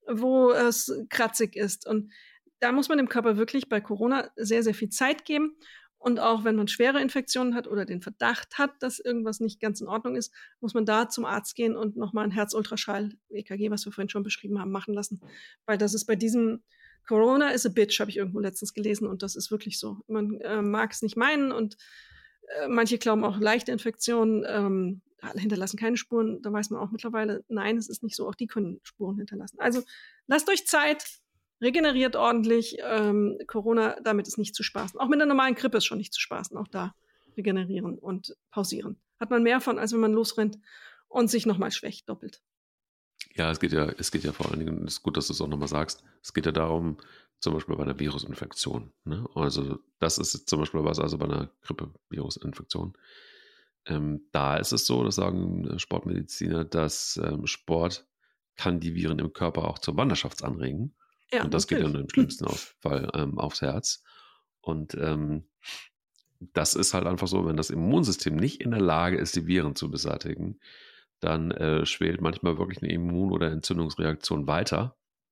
wo es kratzig ist. Und da muss man dem Körper wirklich bei Corona sehr, sehr viel Zeit geben. Und auch wenn man schwere Infektionen hat oder den Verdacht hat, dass irgendwas nicht ganz in Ordnung ist, muss man da zum Arzt gehen und nochmal ein Herzultraschall, E K G, was wir vorhin schon beschrieben haben, machen lassen. Weil das ist bei diesem Corona is a bitch, habe ich irgendwo letztens gelesen, und das ist wirklich so. Man äh, mag es nicht meinen, und äh, manche glauben auch, leichte Infektionen ähm, hinterlassen keine Spuren. Da weiß man auch mittlerweile, nein, es ist nicht so, auch die können Spuren hinterlassen. Also lasst euch Zeit, regeneriert ordentlich. Ähm, Corona, damit ist nicht zu spaßen. Auch mit der normalen Grippe ist schon nicht zu spaßen. Auch da regenerieren und pausieren. Hat man mehr von, als wenn man losrennt und sich nochmal schwächt, doppelt. Ja, es geht ja, es geht ja vor allen Dingen, es ist gut, dass du es auch nochmal sagst, es geht ja darum, zum Beispiel bei einer Virusinfektion. Ne? Also das ist zum Beispiel was, also bei einer Grippe-Virusinfektion. Ähm, da ist es so, das sagen Sportmediziner, dass ähm, Sport kann die Viren im Körper auch zur Wanderschaft anregen. Ja, und das natürlich. Geht dann im schlimmsten Fall ähm, aufs Herz. Und ähm, das ist halt einfach so, wenn das Immunsystem nicht in der Lage ist, die Viren zu beseitigen, dann äh, schwelt manchmal wirklich eine Immun- oder Entzündungsreaktion weiter.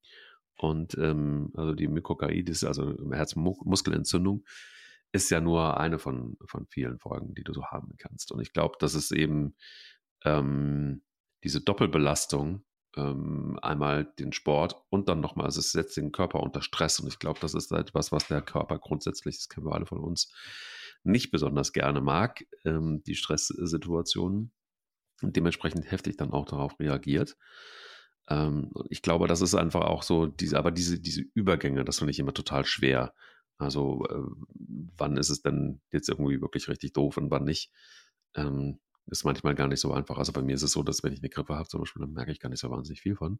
Und ähm, also die Myokarditis, also Herzmuskelentzündung, ist ja nur eine von, von vielen Folgen, die du so haben kannst. Und ich glaube, dass es eben ähm, diese Doppelbelastung, ähm, einmal den Sport und dann nochmal, also es setzt den Körper unter Stress. Und ich glaube, das ist etwas, was der Körper grundsätzlich, das kennen wir alle von uns, nicht besonders gerne mag, ähm, die Stresssituationen. Und dementsprechend heftig dann auch darauf reagiert. Ähm, ich glaube, das ist einfach auch so, diese, aber diese, diese Übergänge, das finde ich immer total schwer. Also äh, wann ist es denn jetzt irgendwie wirklich richtig doof und wann nicht, ähm, ist manchmal gar nicht so einfach. Also bei mir ist es so, dass wenn ich eine Grippe habe zum Beispiel, dann merke ich gar nicht so wahnsinnig viel von.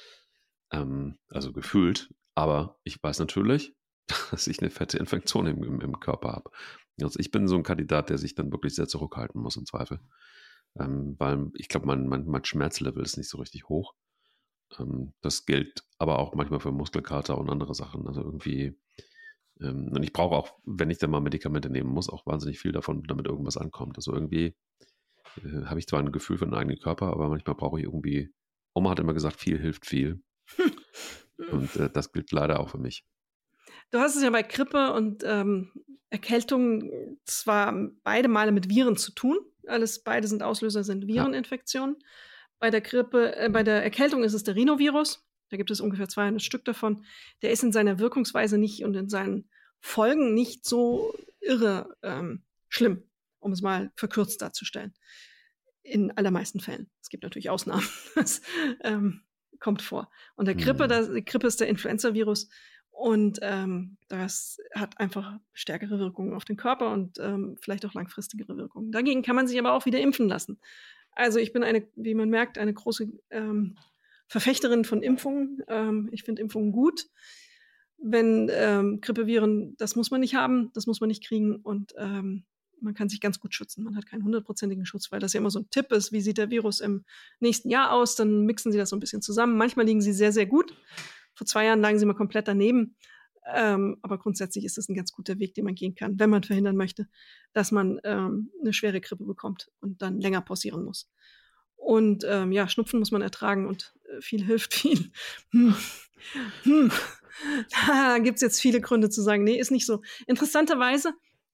Ähm, also gefühlt. Aber ich weiß natürlich, dass ich eine fette Infektion im, im, im Körper habe. Also ich bin so ein Kandidat, der sich dann wirklich sehr zurückhalten muss im Zweifel. Ähm, weil ich glaube, mein, mein, mein Schmerzlevel ist nicht so richtig hoch. Ähm, das gilt aber auch manchmal für Muskelkater und andere Sachen. Also irgendwie, ähm, und ich brauche auch, wenn ich dann mal Medikamente nehmen muss, auch wahnsinnig viel davon, damit irgendwas ankommt. Also irgendwie äh, habe ich zwar ein Gefühl für den eigenen Körper, aber manchmal brauche ich irgendwie, Oma hat immer gesagt, viel hilft viel. Und äh, das gilt leider auch für mich. Du hast es ja bei Grippe und ähm, Erkältung zwar beide Male mit Viren zu tun. Alles, beide sind Auslöser, sind Vireninfektionen. Ja. Bei der Grippe, äh, bei der Erkältung ist es der Rhinovirus. Da gibt es ungefähr zweihundert Stück davon. Der ist in seiner Wirkungsweise nicht und in seinen Folgen nicht so irre ähm, schlimm, um es mal verkürzt darzustellen. In allermeisten Fällen. Es gibt natürlich Ausnahmen. Das ähm, kommt vor. Und der Grippe, mhm. das, die Grippe ist der Influenza-Virus. Und ähm, das hat einfach stärkere Wirkungen auf den Körper und ähm, vielleicht auch langfristigere Wirkungen. Dagegen kann man sich aber auch wieder impfen lassen. Also ich bin eine, wie man merkt, eine große ähm, Verfechterin von Impfungen. Ähm, ich finde Impfungen gut. Wenn ähm, Grippeviren, das muss man nicht haben, das muss man nicht kriegen, und ähm, man kann sich ganz gut schützen. Man hat keinen hundertprozentigen Schutz, weil das ja immer so ein Tipp ist, wie sieht der Virus im nächsten Jahr aus, dann mixen sie das so ein bisschen zusammen. Manchmal liegen sie sehr, sehr gut. Vor zwei Jahren lagen sie mal komplett daneben. Ähm, aber grundsätzlich ist das ein ganz guter Weg, den man gehen kann, wenn man verhindern möchte, dass man ähm, eine schwere Grippe bekommt und dann länger pausieren muss. Und ähm, ja, Schnupfen muss man ertragen und äh, viel hilft viel. Hm. Hm. Da gibt es jetzt viele Gründe zu sagen, nee, ist nicht so. Interessanterweise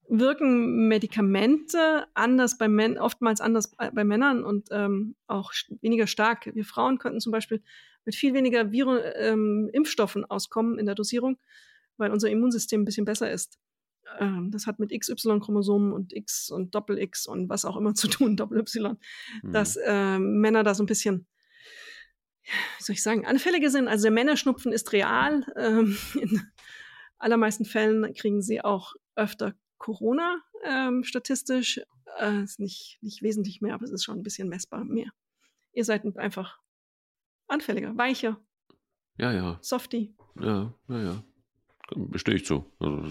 wirken Medikamente anders bei Männern, oftmals anders bei Männern und ähm, auch weniger stark. Wir Frauen könnten zum Beispiel mit viel weniger Viren, ähm, Impfstoffen auskommen in der Dosierung, weil unser Immunsystem ein bisschen besser ist. Ähm, das hat mit X Y-Chromosomen und X und Doppel-X und was auch immer zu tun, Doppel-Y, mhm. dass äh, Männer da so ein bisschen, wie soll ich sagen, anfälliger sind. Also der Männerschnupfen ist real. Ähm, in allermeisten Fällen kriegen sie auch öfter Corona, ähm, statistisch. Äh, ist nicht, nicht wesentlich mehr, aber es ist schon ein bisschen messbar mehr. Ihr seid einfach anfälliger, weicher. Ja, ja. Softie. Ja, ja, ja. Bestehe ich zu. Also,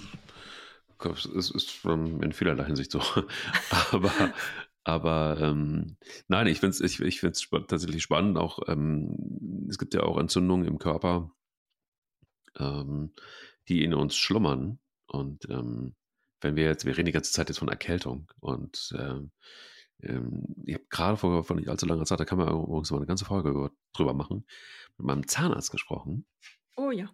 es ist in vielerlei Hinsicht so. aber aber ähm, nein, ich finde es ich, ich find's sp- tatsächlich spannend. Auch ähm, es gibt ja auch Entzündungen im Körper, ähm, die in uns schlummern. Und ähm, wenn wir jetzt, wir reden die ganze Zeit jetzt von Erkältung. Und ähm, ähm, ich habe gerade vor, vor nicht allzu langer Zeit, da kann man übrigens mal eine ganze Folge drüber machen, mit meinem Zahnarzt gesprochen. Oh ja.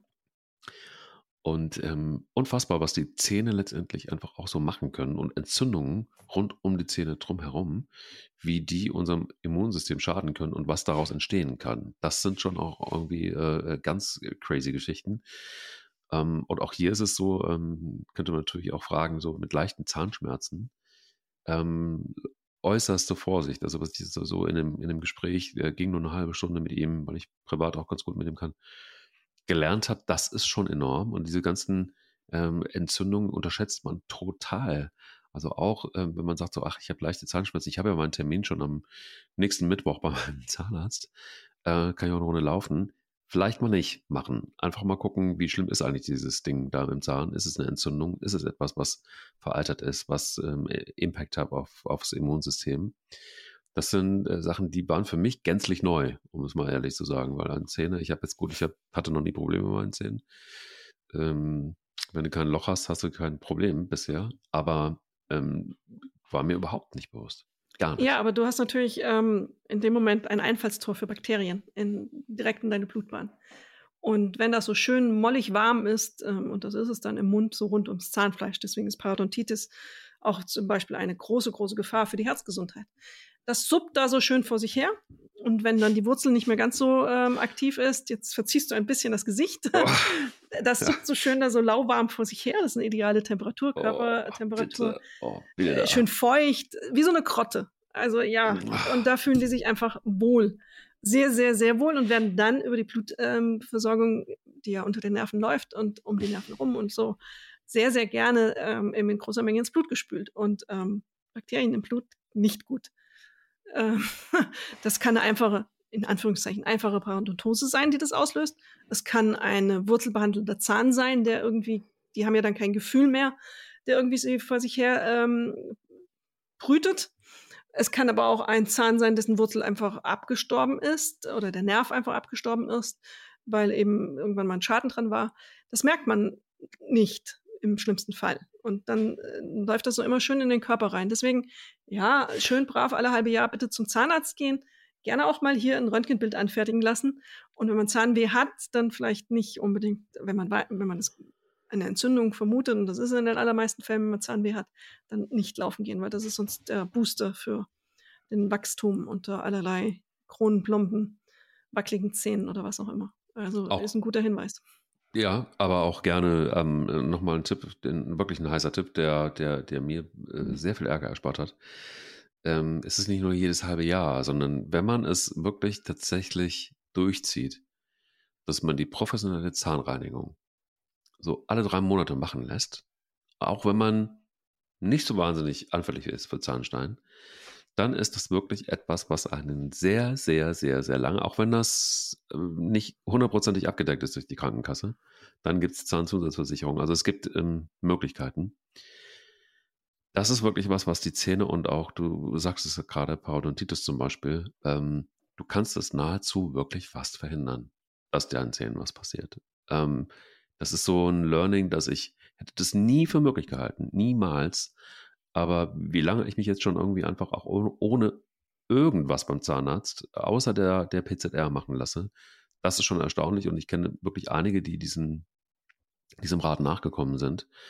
Und ähm, unfassbar, was die Zähne letztendlich einfach auch so machen können und Entzündungen rund um die Zähne drumherum, wie die unserem Immunsystem schaden können und was daraus entstehen kann. Das sind schon auch irgendwie äh, ganz crazy Geschichten. Ähm, und auch hier ist es so, ähm, könnte man natürlich auch fragen, so mit leichten Zahnschmerzen, ähm, äußerste Vorsicht. Also was ich so, so in dem, in dem Gespräch, äh, ging nur eine halbe Stunde mit ihm, weil ich privat auch ganz gut mit ihm kann, gelernt hat, das ist schon enorm. Und diese ganzen ähm, Entzündungen unterschätzt man total. Also auch, ähm, wenn man sagt so, ach, ich habe leichte Zahnschmerzen, ich habe ja meinen Termin schon am nächsten Mittwoch bei meinem Zahnarzt, äh, kann ich auch eine Runde laufen. Vielleicht mal nicht machen. Einfach mal gucken, wie schlimm ist eigentlich dieses Ding da im Zahn. Ist es eine Entzündung? Ist es etwas, was veraltert ist, was ähm, Impact hat auf, aufs Immunsystem? Das sind äh, Sachen, die waren für mich gänzlich neu, um es mal ehrlich zu sagen, weil an Zähne, ich habe jetzt gut, ich hab, hatte noch nie Probleme mit meinen Zähnen. Ähm, wenn du kein Loch hast, hast du kein Problem bisher, aber ähm, war mir überhaupt nicht bewusst. Gar nicht. Ja, aber du hast natürlich ähm, in dem Moment ein Einfallstor für Bakterien in, direkt in deine Blutbahn. Und wenn das so schön mollig warm ist, ähm, und das ist es dann im Mund so rund ums Zahnfleisch, deswegen ist Parodontitis auch zum Beispiel eine große, große Gefahr für die Herzgesundheit. Das suppt da so schön vor sich her. Und wenn dann die Wurzel nicht mehr ganz so ähm, aktiv ist, jetzt verziehst du ein bisschen das Gesicht. Oh, das suppt ja. so schön da so lauwarm vor sich her. Das ist eine ideale Temperatur, Körpertemperatur. Oh, oh, äh, schön feucht, wie so eine Krotte. Also ja, oh. Und da fühlen die sich einfach wohl. Sehr, sehr, sehr wohl und werden dann über die Blutversorgung, ähm, die ja unter den Nerven läuft und um die Nerven rum und so, sehr, sehr gerne ähm, in großer Menge ins Blut gespült. Und ähm, Bakterien im Blut nicht gut. Das kann eine einfache, in Anführungszeichen, einfache Parodontose sein, die das auslöst. Es kann eine wurzelbehandelter Zahn sein, der irgendwie, die haben ja dann kein Gefühl mehr, der irgendwie vor sich her ähm, brütet. Es kann aber auch ein Zahn sein, dessen Wurzel einfach abgestorben ist oder der Nerv einfach abgestorben ist, weil eben irgendwann mal ein Schaden dran war. Das merkt man nicht im schlimmsten Fall. Und dann äh, läuft das so immer schön in den Körper rein. Deswegen, ja, schön brav alle halbe Jahr bitte zum Zahnarzt gehen. Gerne auch mal hier ein Röntgenbild anfertigen lassen. Und wenn man Zahnweh hat, dann vielleicht nicht unbedingt, wenn man, wenn man das, eine Entzündung vermutet, und das ist in den allermeisten Fällen, wenn man Zahnweh hat, dann nicht laufen gehen, weil das ist sonst der Booster für den Wachstum unter allerlei Kronenplomben, wackeligen Zähnen oder was auch immer. Also auch. Ist ein guter Hinweis. Ja, aber auch gerne ähm, nochmal ein Tipp, den, wirklich ein heißer Tipp, der, der, der mir äh, sehr viel Ärger erspart hat. Ähm, es ist nicht nur jedes halbe Jahr, sondern wenn man es wirklich tatsächlich durchzieht, dass man die professionelle Zahnreinigung so alle drei Monate machen lässt, auch wenn man nicht so wahnsinnig anfällig ist für Zahnstein, dann ist das wirklich etwas, was einen sehr, sehr, sehr, sehr lange, auch wenn das nicht hundertprozentig abgedeckt ist durch die Krankenkasse, dann gibt es Zahnzusatzversicherung. Also es gibt ähm, Möglichkeiten. Das ist wirklich was, was die Zähne und auch, du sagst es gerade, Parodontitis zum Beispiel, ähm, du kannst es nahezu wirklich fast verhindern, dass deinen Zähnen was passiert. Ähm, das ist so ein Learning, dass ich hätte das nie für möglich gehalten, niemals. Aber wie lange ich mich jetzt schon irgendwie einfach auch ohne, ohne irgendwas beim Zahnarzt, außer der, der P Z R machen lasse, das ist schon erstaunlich. Und ich kenne wirklich einige, die diesen, diesem Rat nachgekommen sind.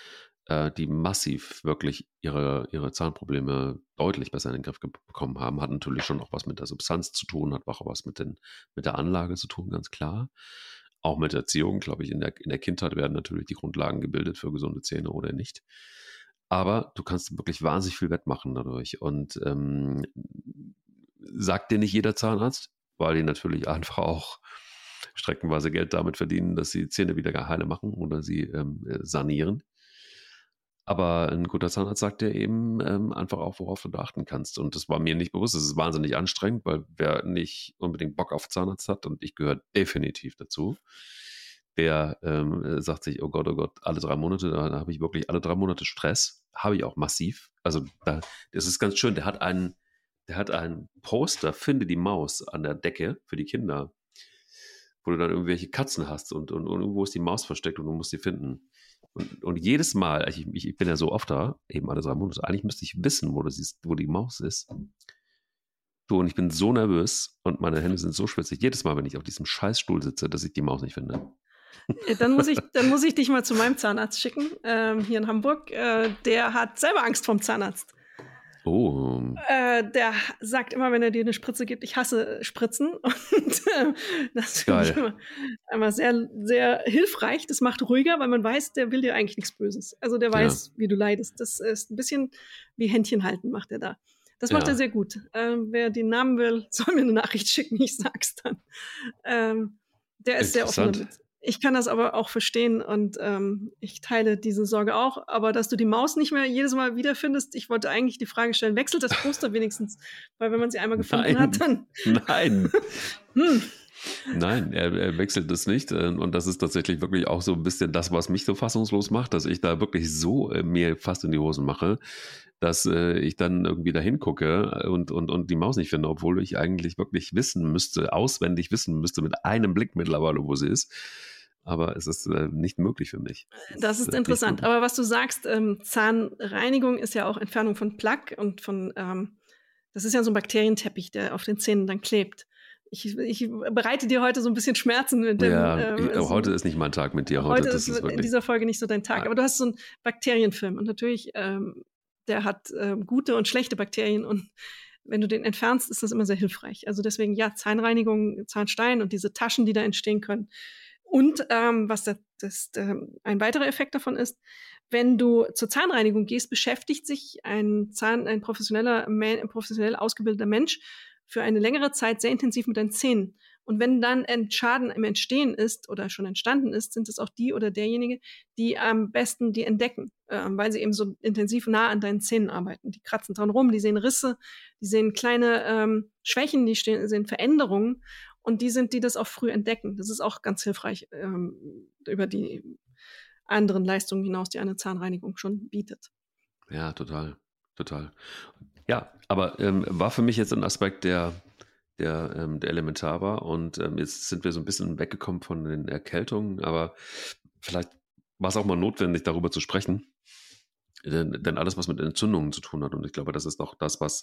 äh, die massiv wirklich ihre, ihre Zahnprobleme deutlich besser in den Griff ge- bekommen haben. Hat natürlich schon auch was mit der Substanz zu tun, hat auch was mit, den, mit der Anlage zu tun, ganz klar. Auch mit Erziehung, glaube ich, in der, in der Kindheit werden natürlich die Grundlagen gebildet für gesunde Zähne oder nicht. Aber du kannst wirklich wahnsinnig viel wettmachen dadurch. Und ähm, sagt dir nicht jeder Zahnarzt, weil die natürlich einfach auch streckenweise Geld damit verdienen, dass sie Zähne wieder heile machen oder sie ähm, sanieren. Aber ein guter Zahnarzt sagt dir eben ähm, einfach auch, worauf du da achten kannst. Und das war mir nicht bewusst. Das ist wahnsinnig anstrengend, weil wer nicht unbedingt Bock auf Zahnarzt hat, und ich gehöre definitiv dazu, der ähm, sagt sich, oh Gott, oh Gott, alle drei Monate, da, da habe ich wirklich alle drei Monate Stress. Habe ich auch massiv. Also da, das ist ganz schön. Der hat einen, der hat einen Poster, finde die Maus an der Decke für die Kinder, wo du dann irgendwelche Katzen hast und, und, und irgendwo ist die Maus versteckt und du musst sie finden. Und, und jedes Mal, ich, ich, ich bin ja so oft da, eben alle drei Monate, eigentlich müsste ich wissen, wo, das ist, wo die Maus ist. Du, und ich bin so nervös und meine Hände sind so schwitzig, jedes Mal, wenn ich auf diesem Scheißstuhl sitze, dass ich die Maus nicht finde. Dann muss ich, dann muss ich dich mal zu meinem Zahnarzt schicken, ähm, hier in Hamburg. Äh, der hat selber Angst vorm Zahnarzt. Oh. Äh, der sagt immer, wenn er dir eine Spritze gibt, ich hasse Spritzen. Und äh, das finde ich immer, immer sehr, sehr hilfreich. Das macht ruhiger, weil man weiß, der will dir eigentlich nichts Böses. Also der weiß, ja, wie du leidest. Das ist ein bisschen wie Händchen halten, macht er da. Das macht ja. er sehr gut. Ähm, wer den Namen will, soll mir eine Nachricht schicken, ich sag's dann. Ähm, der ist sehr offen damit. Ich kann das aber auch verstehen und ähm, ich teile diese Sorge auch. Aber dass du die Maus nicht mehr jedes Mal wiederfindest, ich wollte eigentlich die Frage stellen, wechselt das Poster wenigstens? Weil wenn man sie einmal gefunden Nein. hat, dann... Nein. hm. Nein, er, er wechselt das nicht. Und das ist tatsächlich wirklich auch so ein bisschen das, was mich so fassungslos macht, dass ich da wirklich so äh, mir fast in die Hosen mache, dass äh, ich dann irgendwie da hingucke und, und, und die Maus nicht finde, obwohl ich eigentlich wirklich wissen müsste, auswendig wissen müsste, mit einem Blick mittlerweile, wo sie ist. Aber es ist äh, nicht möglich für mich. Das ist, ist interessant. Aber was du sagst, ähm, Zahnreinigung ist ja auch Entfernung von Plaque und von, ähm, das ist ja so ein Bakterienteppich, der auf den Zähnen dann klebt. Ich, ich bereite dir heute so ein bisschen Schmerzen mit dem. Ja, ähm, ich, so, heute ist nicht mein Tag mit dir. Heute, heute ist, ist in dieser Folge nicht so dein Tag. Ja. Aber du hast so einen Bakterienfilm und natürlich, ähm, der hat ähm, gute und schlechte Bakterien und wenn du den entfernst, ist das immer sehr hilfreich. Also deswegen, ja, Zahnreinigung, Zahnstein und diese Taschen, die da entstehen können. Und ähm, was das, das, äh, ein weiterer Effekt davon ist, wenn du zur Zahnreinigung gehst, beschäftigt sich ein, Zahn, ein professioneller, ein professionell ausgebildeter Mensch für eine längere Zeit sehr intensiv mit deinen Zähnen. Und wenn dann ein Schaden im Entstehen ist oder schon entstanden ist, sind es auch die oder derjenige, die am besten die entdecken, äh, weil sie eben so intensiv nah an deinen Zähnen arbeiten. Die kratzen dran rum, die sehen Risse, die sehen kleine ähm, Schwächen, die stehen, sehen Veränderungen. Und die sind, die das auch früh entdecken. Das ist auch ganz hilfreich ähm, über die anderen Leistungen hinaus, die eine Zahnreinigung schon bietet. Ja, total, total. Ja, aber ähm, war für mich jetzt ein Aspekt, der, der, ähm, der elementar war. Und ähm, jetzt sind wir so ein bisschen weggekommen von den Erkältungen, aber vielleicht war es auch mal notwendig, darüber zu sprechen. Denn, denn alles, was mit Entzündungen zu tun hat, und ich glaube, das ist auch das, was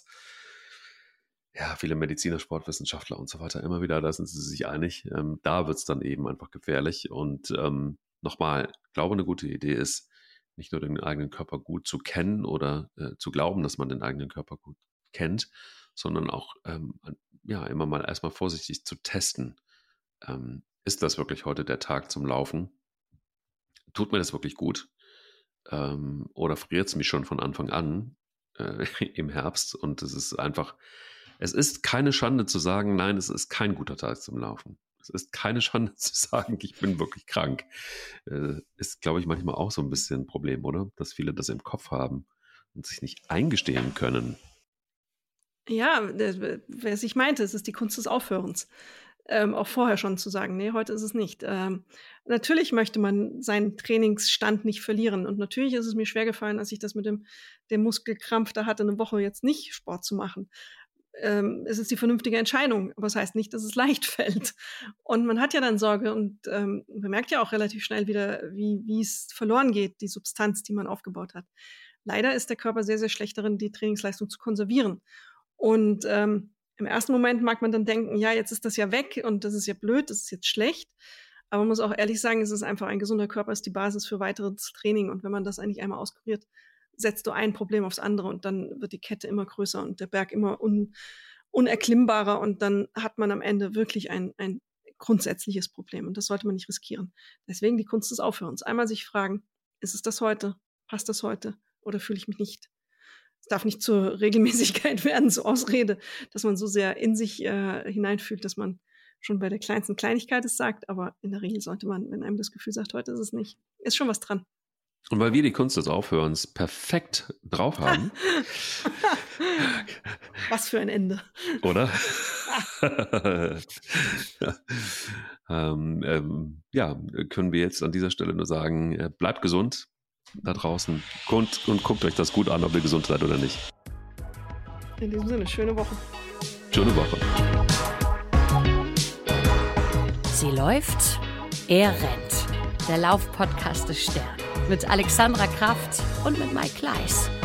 ja, viele Mediziner, Sportwissenschaftler und so weiter immer wieder, da sind sie sich einig, ähm, da wird es dann eben einfach gefährlich. Und ähm, nochmal, ich glaube, eine gute Idee ist, nicht nur den eigenen Körper gut zu kennen oder äh, zu glauben, dass man den eigenen Körper gut kennt, sondern auch ähm, ja, immer mal erstmal vorsichtig zu testen. Ähm, ist das wirklich heute der Tag zum Laufen? Tut mir das wirklich gut? Ähm, oder friert es mich schon von Anfang an äh, im Herbst? Und es ist einfach... Es ist keine Schande zu sagen, nein, es ist kein guter Tag zum Laufen. Es ist keine Schande zu sagen, ich bin wirklich krank. Äh, ist, glaube ich, manchmal auch so ein bisschen ein Problem, oder? Dass viele das im Kopf haben und sich nicht eingestehen können. Ja, was ich meinte, es ist die Kunst des Aufhörens. Ähm, auch vorher schon zu sagen, nee, heute ist es nicht. Ähm, natürlich möchte man seinen Trainingsstand nicht verlieren. Und natürlich ist es mir schwer gefallen, als ich das mit dem, dem Muskelkrampf da hatte, eine Woche jetzt nicht Sport zu machen. Ähm, es ist die vernünftige Entscheidung, aber es das heißt nicht, dass es leicht fällt. Und man hat ja dann Sorge und ähm, man merkt ja auch relativ schnell wieder, wie wie es verloren geht, die Substanz, die man aufgebaut hat. Leider ist der Körper sehr, sehr schlecht darin, die Trainingsleistung zu konservieren. Und ähm, im ersten Moment mag man dann denken, ja, jetzt ist das ja weg und das ist ja blöd, das ist jetzt schlecht. Aber man muss auch ehrlich sagen, es ist einfach ein gesunder Körper ist die Basis für weiteres Training. Und wenn man das eigentlich einmal auskuriert, setzt du ein Problem aufs andere und dann wird die Kette immer größer und der Berg immer un, unerklimmbarer und dann hat man am Ende wirklich ein, ein grundsätzliches Problem und das sollte man nicht riskieren. Deswegen die Kunst des Aufhörens. Einmal sich fragen, ist es das heute? Passt das heute? Oder fühle ich mich nicht? Es darf nicht zur Regelmäßigkeit werden, zur Ausrede, dass man so sehr in sich äh, hineinfühlt, dass man schon bei der kleinsten Kleinigkeit es sagt, aber in der Regel sollte man, wenn einem das Gefühl sagt, heute ist es nicht, ist schon was dran. Und weil wir die Kunst des Aufhörens perfekt drauf haben. Was für ein Ende. Oder? ähm, ähm, ja, können wir jetzt an dieser Stelle nur sagen, äh, bleibt gesund da draußen und, und guckt euch das gut an, ob ihr gesund seid oder nicht. In diesem Sinne, schöne Woche. Schöne Woche. Sie läuft, er rennt. Der Lauf-Podcast des Stern. Mit Alexandra Kraft und mit Mike Kleiss.